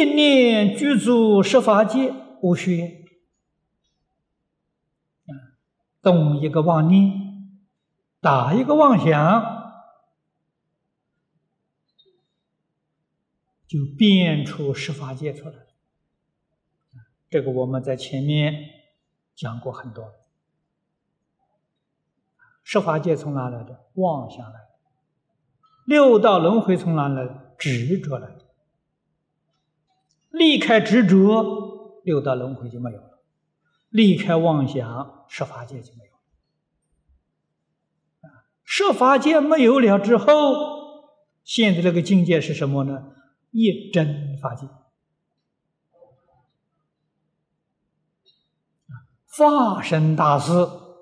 念念具足十法界无学，动一个妄念，打一个妄想，就变出十法界出来。这个我们在前面讲过很多。十法界从哪来的？妄想来的。六道轮回从哪来的？执着来的。离开执着，六道轮回就没有了；离开妄想，十法界就没有了。十法界没有了之后，现在这个境界是什么呢？一真法界。法身大士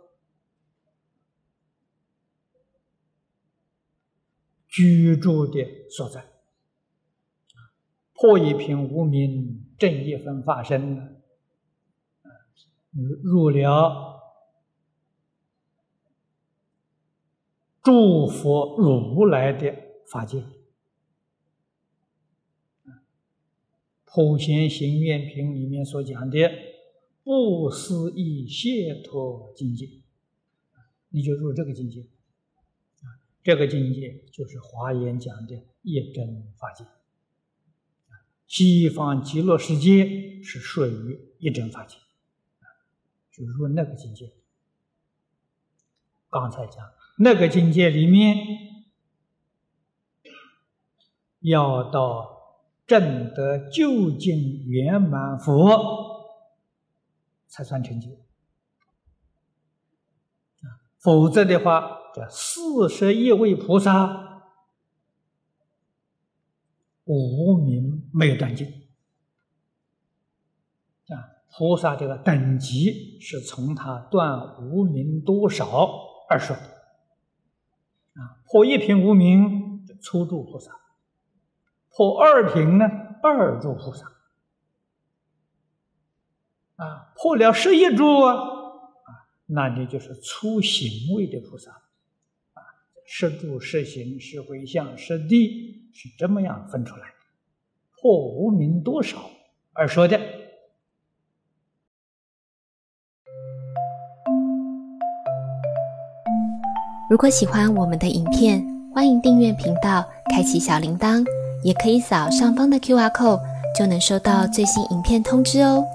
居住的所在，破一品无明，正一分法身，入了诸佛如来的法界。普贤行愿品里面所讲的不思议解脱境界，你就入这个境界。这个境界就是华严讲的一真法界。西方极乐世界是属于一真法界，就入那个境界。刚才讲那个境界里面，要到证得究竟圆满佛才算成就，否则的话，这41位菩萨无明没有断尽。菩萨这个等级是从他断无明多少而说的。破一品无明，初住菩萨；破二品呢，二住菩萨。破了11住那你就是初行位的菩萨。十住、十行、十回向、十地是这么样分出来的，破无明多少而说的。 如果喜欢我们的影片，欢迎订阅频道，开启小铃铛，也可以扫上方的 QR code，就能收到最新影片通知哦。